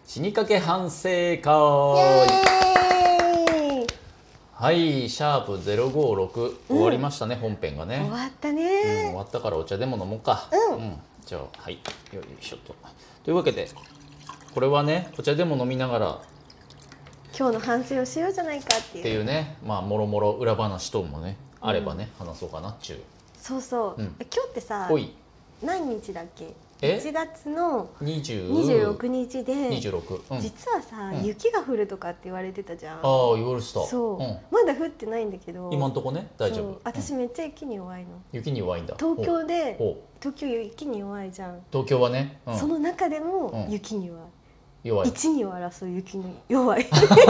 死にかけ反省会。はい、シャープ056、終わりましたね、本編がね。 終わったね、 終わったからお茶でも飲もうか。じゃあ、はい、よいしょと。というわけで、これはね、お茶でも飲みながら今日の反省をしようじゃないかっていうね、まあもろもろ裏話等もね、あればね、話そうかなっちゅう。 そうそう、今日ってさ、何日だっけ？1月の26日で、実はさ、雪が降るとかって言われてたじゃん。 ああ、言われてた。 そう、まだ降ってないんだけど、 今んとこね、大丈夫。 私めっちゃ雪に弱いの。 雪に弱いんだ。 東京雪に弱いじゃん。 東京はね、 その中でも雪に弱い。 1、2を争う雪に弱い。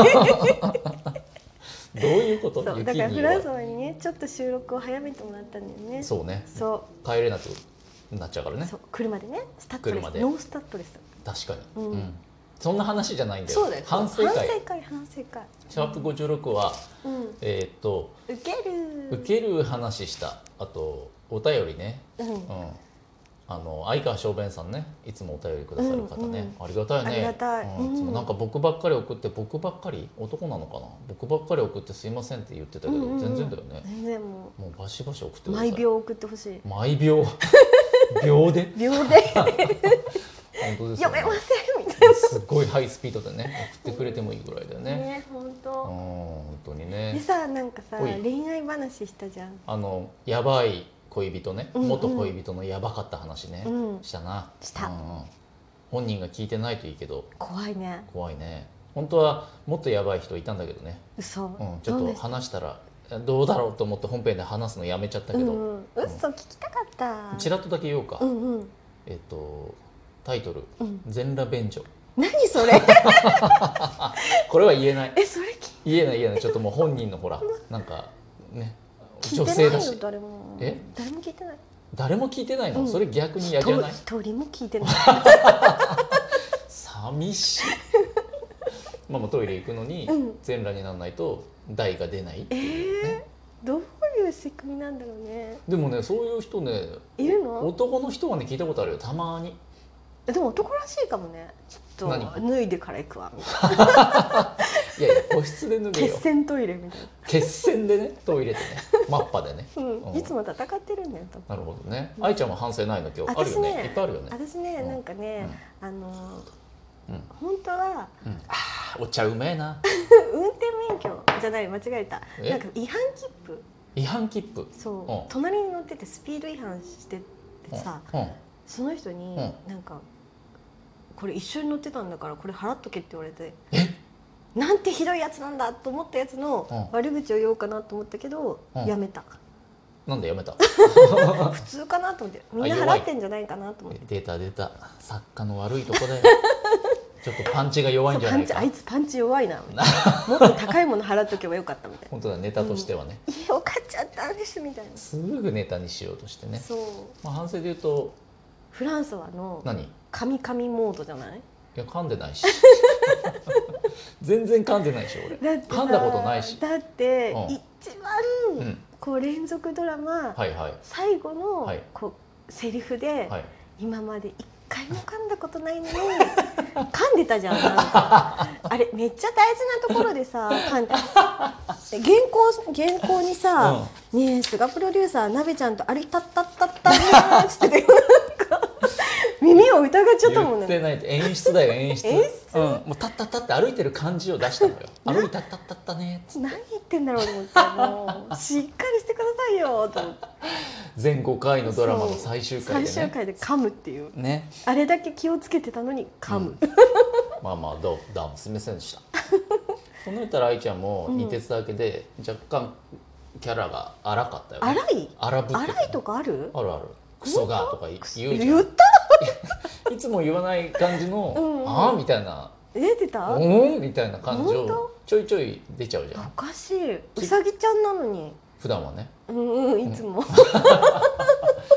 どういうこと？ だからフランスにね、ちょっと収録を早めてもらったんだよね。 そうね。 そう。 帰れなくなっちゃうからね。 そう、車でね、スタッドレス、ノースタッドレス。 確かに。そんな話じゃないんだよ。 そうだよ。反省会。 シャープ56は受ける話した。あとお便りね。相川小弁さんね、いつもお便りくださる方ね、ありがたいね。 ありがたい。 いつもなんか僕ばっかり送って、僕ばっかり男なのかな、僕ばっかり送ってすいませんって言ってたけど、全然だよね。 全然もうバシバシ送ってください。 毎秒送ってほしい。 毎秒秒で本当ですよね。読めませんみたいな。 すごいハイスピードでね送ってくれてもいいぐらいだよね。 ね、本当。 本当にね。 でさ、なんかさ、恋愛話したじゃん。 やばい恋人ね、元恋人のやばかった話ね、したな。本人が聞いてないといいけど。 怖いね。 怖いね。本当はもっとやばい人いたんだけどね。 嘘。 ちょっと話したらどうだろうと思って本編で話すのやめちゃったけど。 嘘、聞きたかった。 ちらっとだけ言おうか。タイトル全裸便所。 何それ。 これは言えない。 それ言えない。ちょっともう本人のほらなんかね、 女性だし。誰も聞いてない。 誰も聞いてないの？それ逆に嫌じゃない？ 一人も聞いてない。 寂しい。ママトイレ行くのに全裸にならないと台が出ないっていうね。 どういう仕組みなんだろうね。 でもね、そういう人ねいるの？ 男の人はね、聞いたことあるよ、たまに。 でも男らしいかもね。ちょっと脱いでから行くわみたいな。 いやいや、個室で脱げよ。 決戦トイレみたいな。 決戦でね、トイレでね、マッパでね。 いつも戦ってるんだよ。 なるほどね。愛ちゃんも反省ないの今日？あるよね。いっぱいあるよね。 私ね、なんかね、本当はお茶うめえな。 運転免許じゃない、間違えた。なんか違反切符。 違反切符。 そう。隣に乗っててスピード違反しててさ、その人になんかこれ一緒に乗ってたんだからこれ払っとけって言われて。なんてひどいやつなんだと思ったやつの悪口を言おうかなと思ったけど、やめた。 なんでやめた？ 普通かなと思って、みんな払ってんじゃないかなと思って。 出た作家の悪いとこでちょっとパンチが弱いんじゃないか。 あいつパンチ弱いな。もっと高いもの払っとけばよかったみたいな。 本当だ、ネタとしてはね。 家を買っちゃったんですみたいな。 すぐネタにしようとしてね。 そう。 反省で言うとフランソワの噛み噛みモードじゃない？ いや、噛んでないし。全然噛んでないでしょ俺。噛んだことないし。 だって一番こう連続ドラマ最後のこうセリフで今まで一回も噛んだことないのに噛んでたじゃん。なんかあれめっちゃ大事なところでさ、噛んで原稿にさ「ねえ菅プロデューサーなべちゃんとあれたったったったね」っつって耳を疑っちゃったもんね。 言ってない。演出だよ、演出。もうタッタッタって歩いてる感じを出したのよ。歩いたったったったね。 何言ってんだろうと思って、もうしっかりしてくださいよと思って。 全5回のドラマの最終回でね。 最終回で噛むっていうね。 あれだけ気をつけてたのに噛む。 まあまあどうもすみませんでした。その言ったら愛ちゃんも二鉄だけで若干キャラが荒かったよね。荒いとかある？ ある。クソがとか言うじゃん。 言った？ いつも言わない感じのああみたいな、 出てた？ みたいな感じをちょいちょい出ちゃうじゃん。 おかしい。うさぎちゃんなのに。 普段はね。 いつも。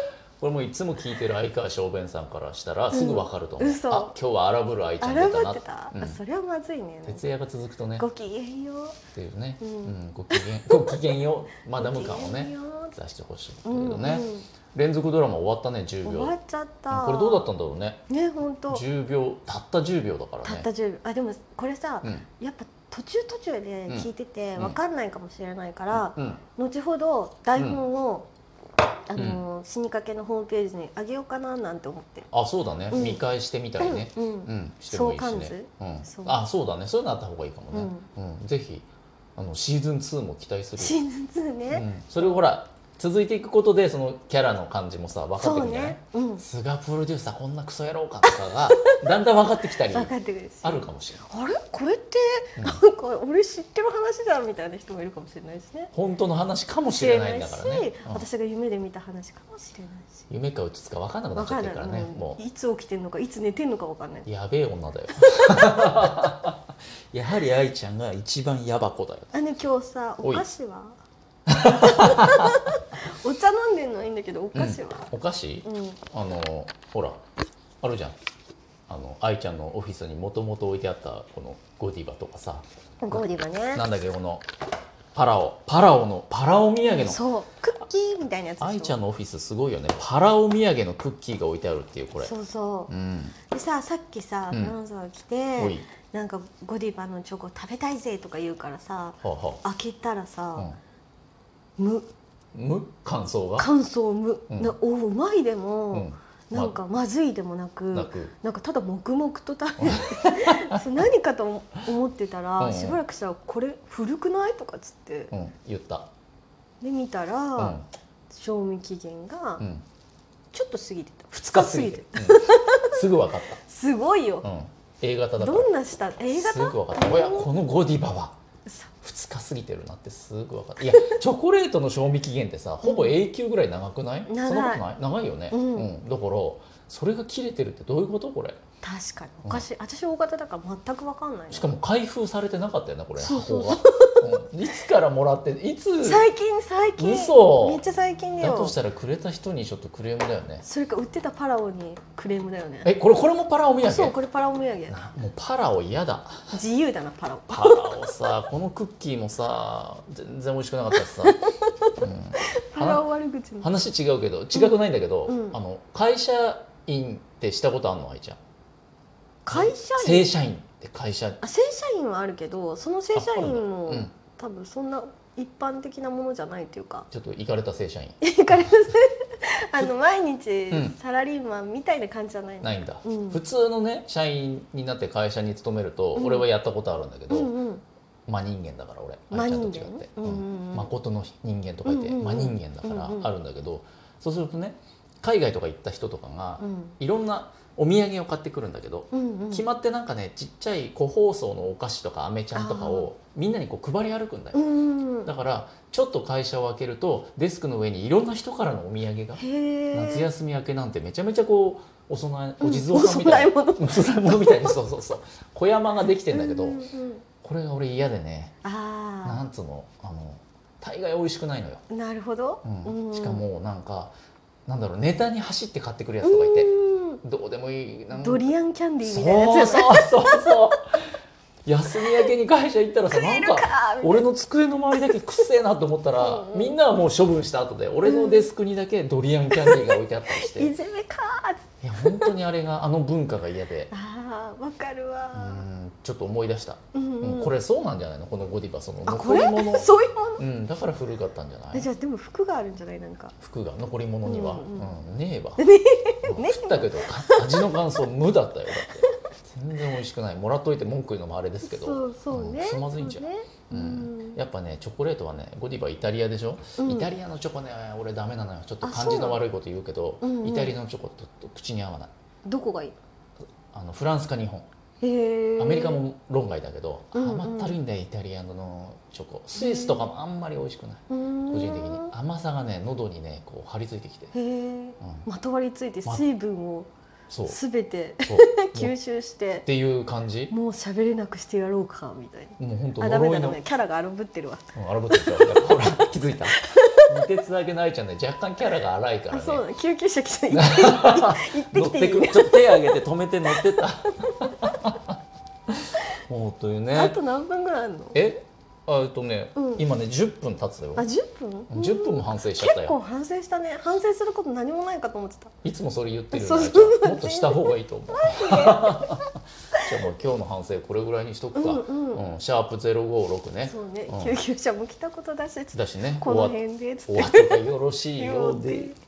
これもいつも聞いてる相川小弁さんからしたらすぐ分かると思う、 嘘。 あ、今日は荒ぶる愛ちゃん出たなって。 それはまずいね。 徹夜が続くとね、 ごきげんようっていうね、ごきげんようマダム感をね出してほしいけどね。連続ドラマ終わったね。10秒終わっちゃった。 これどうだったんだろうね。 ね、本当。 10秒、たった10秒だからね。 たった10秒。あ、でもこれさ、やっぱ途中で聞いてて分かんないかもしれないから、後ほど台本を死にかけのホームページにあげようかななんて思って。 あ、そうだね。見返してみたりね。してもいいしね。あ、そうだね。そういうのあった方がいいかもね。ぜひシーズン2も期待する。 シーズン2ね。 それをほら続いていくことでそのキャラの感じもさ分かってくるんじゃない？菅プロデューサーこんなクソ野郎かとかがだんだん分かってきたりあるかもしれない。 あれこれってなんか俺知ってる話だみたいな人もいるかもしれないですね。 本当の話かもしれないんだからね。 私が夢で見た話かもしれないし。 夢かうつつか分かんなくなっちゃってるからね。もういつ起きてんのかいつ寝てんのか分かんない。 やべえ女だよ。やはり愛ちゃんが一番ヤバ子だよ。 今日さお菓子は？お茶飲んでんのはいいんだけどお菓子は？ お菓子？ほらあるじゃん。愛ちゃんのオフィスにもともと置いてあったこのゴディバとかさ。 ゴディバね。 なんだっけこのパラオ土産の。 そうクッキーみたいなやつ。 愛ちゃんのオフィスすごいよね。パラオ土産のクッキーが置いてあるっていうこれ。 そうそう。でさっきさフランスが来てなんかゴディバのチョコ食べたいぜとか言うからさ開けたらさ。 感想がうまいでも、なんかまずいでもなく、なんかただ黙々と食べて何かと思ってたらしばらくしたらこれ古くないとかっつって言った。 で見たら賞味期限がちょっと過ぎてた。 2日過ぎてすぐ分かった。 すごいよ。 A 型だからどんなしたA型？ すぐ分かった。おやこのゴディバは2日過ぎてるなってすぐ分かった。いやチョコレートの賞味期限ってさほぼ永久ぐらい長くない？そんなことない？長いよね。だからそれが切れてるってどういうことこれ？ 確かにおかしい。私大型だから全く分かんない。 しかも開封されてなかったよなこれ箱が。いつからもらっていつ？ 最近嘘。 めっちゃ最近だよ。 だとしたらくれた人にちょっとクレームだよね。 それか売ってたパラオにクレームだよね。 これもパラオ土産？ そうこれパラオ土産。 もうパラオ嫌だ。 自由だなパラオさこのクッキーもさ全然美味しくなかったしさ。 パラオ悪口の話違うけど違くないんだけど会社員ってしたことあんの愛ちゃん？ 会社員？ 正社員って会社。 正社員はあるけどその正社員も多分そんな一般的なものじゃないっていうか。 ちょっとイカれた正社員。 イカれた毎日サラリーマンみたいな感じじゃないの？ ないんだ。普通のね社員になって会社に勤めると俺はやったことあるんだけど真人間だから俺愛ちゃんと違って誠の人間とか言って真人間だからあるんだけどそうするとね海外とか行った人とかがいろんなお土産を買ってくるんだけど決まってなんかねちっちゃい個包装のお菓子とか飴ちゃんとかをみんなにこう配り歩くんだよ。だからちょっと会社を開けるとデスクの上にいろんな人からのお土産が夏休み明けなんてめちゃめちゃこうお地蔵さんみたいなお供え物みたいにそう小山ができてんだけどこれが俺嫌でねなんつうの大概美味しくないのよ。 なるほど。 しかもなんだろうネタに走って買ってくるやつとかいてどうでもいいドリアンキャンディーみたいなやつ。 そう休み明けに会社行ったらさなんか俺の机の周りだけくっせえなと思ったらみんなはもう処分した後で俺のデスクにだけドリアンキャンディーが置いてあったりしていじめかいや本当にあれが文化が嫌でわかるわ。 ちょっと思い出した。これそうなんじゃないのこのゴディバ残り物そういうものだから古かったんじゃない？ じゃあでも服があるんじゃない？なんか服が残り物にはねえわ。食ったけど味の感想無だったよ。だって全然美味しくない。もらっといて文句言うのもあれですけどつまずいんじゃん。やっぱねチョコレートはねゴディバイタリアでしょ。イタリアのチョコね俺ダメなのよ。ちょっと感じの悪いこと言うけどイタリアのチョコと口に合わない。 どこがいい？ フランスか日本。アメリカも論外だけど甘ったるいんだよイタリアのチョコ。スイスとかもあんまり美味しくない個人的に。甘さがね喉にねこう張り付いてきてまとわりついて水分を全て吸収してっていう感じ。 もう喋れなくしてやろうかみたいな。 もう本当ダメだキャラが荒ぶってるわ。 荒ぶってる。ほら気づいた二鉄だけないちゃんね、若干キャラが荒いからね。 そうだ、救急車来た行ってきていい？ ちょっと手挙げて止めて乗ってた。もうというね。 あと何分ぐらいあるの？ 今ね10分経つよ。 あ、10分 ？10分も反省しちゃったよ。 結構反省したね。反省すること何もないかと思ってた。 いつもそれ言ってるよね。もっとした方がいいと思う。じゃあもう今日の反省これぐらいにしとくか。シャープ056ね。 そうね、救急車も来たことだしね。 この辺でお後がよろしいようで。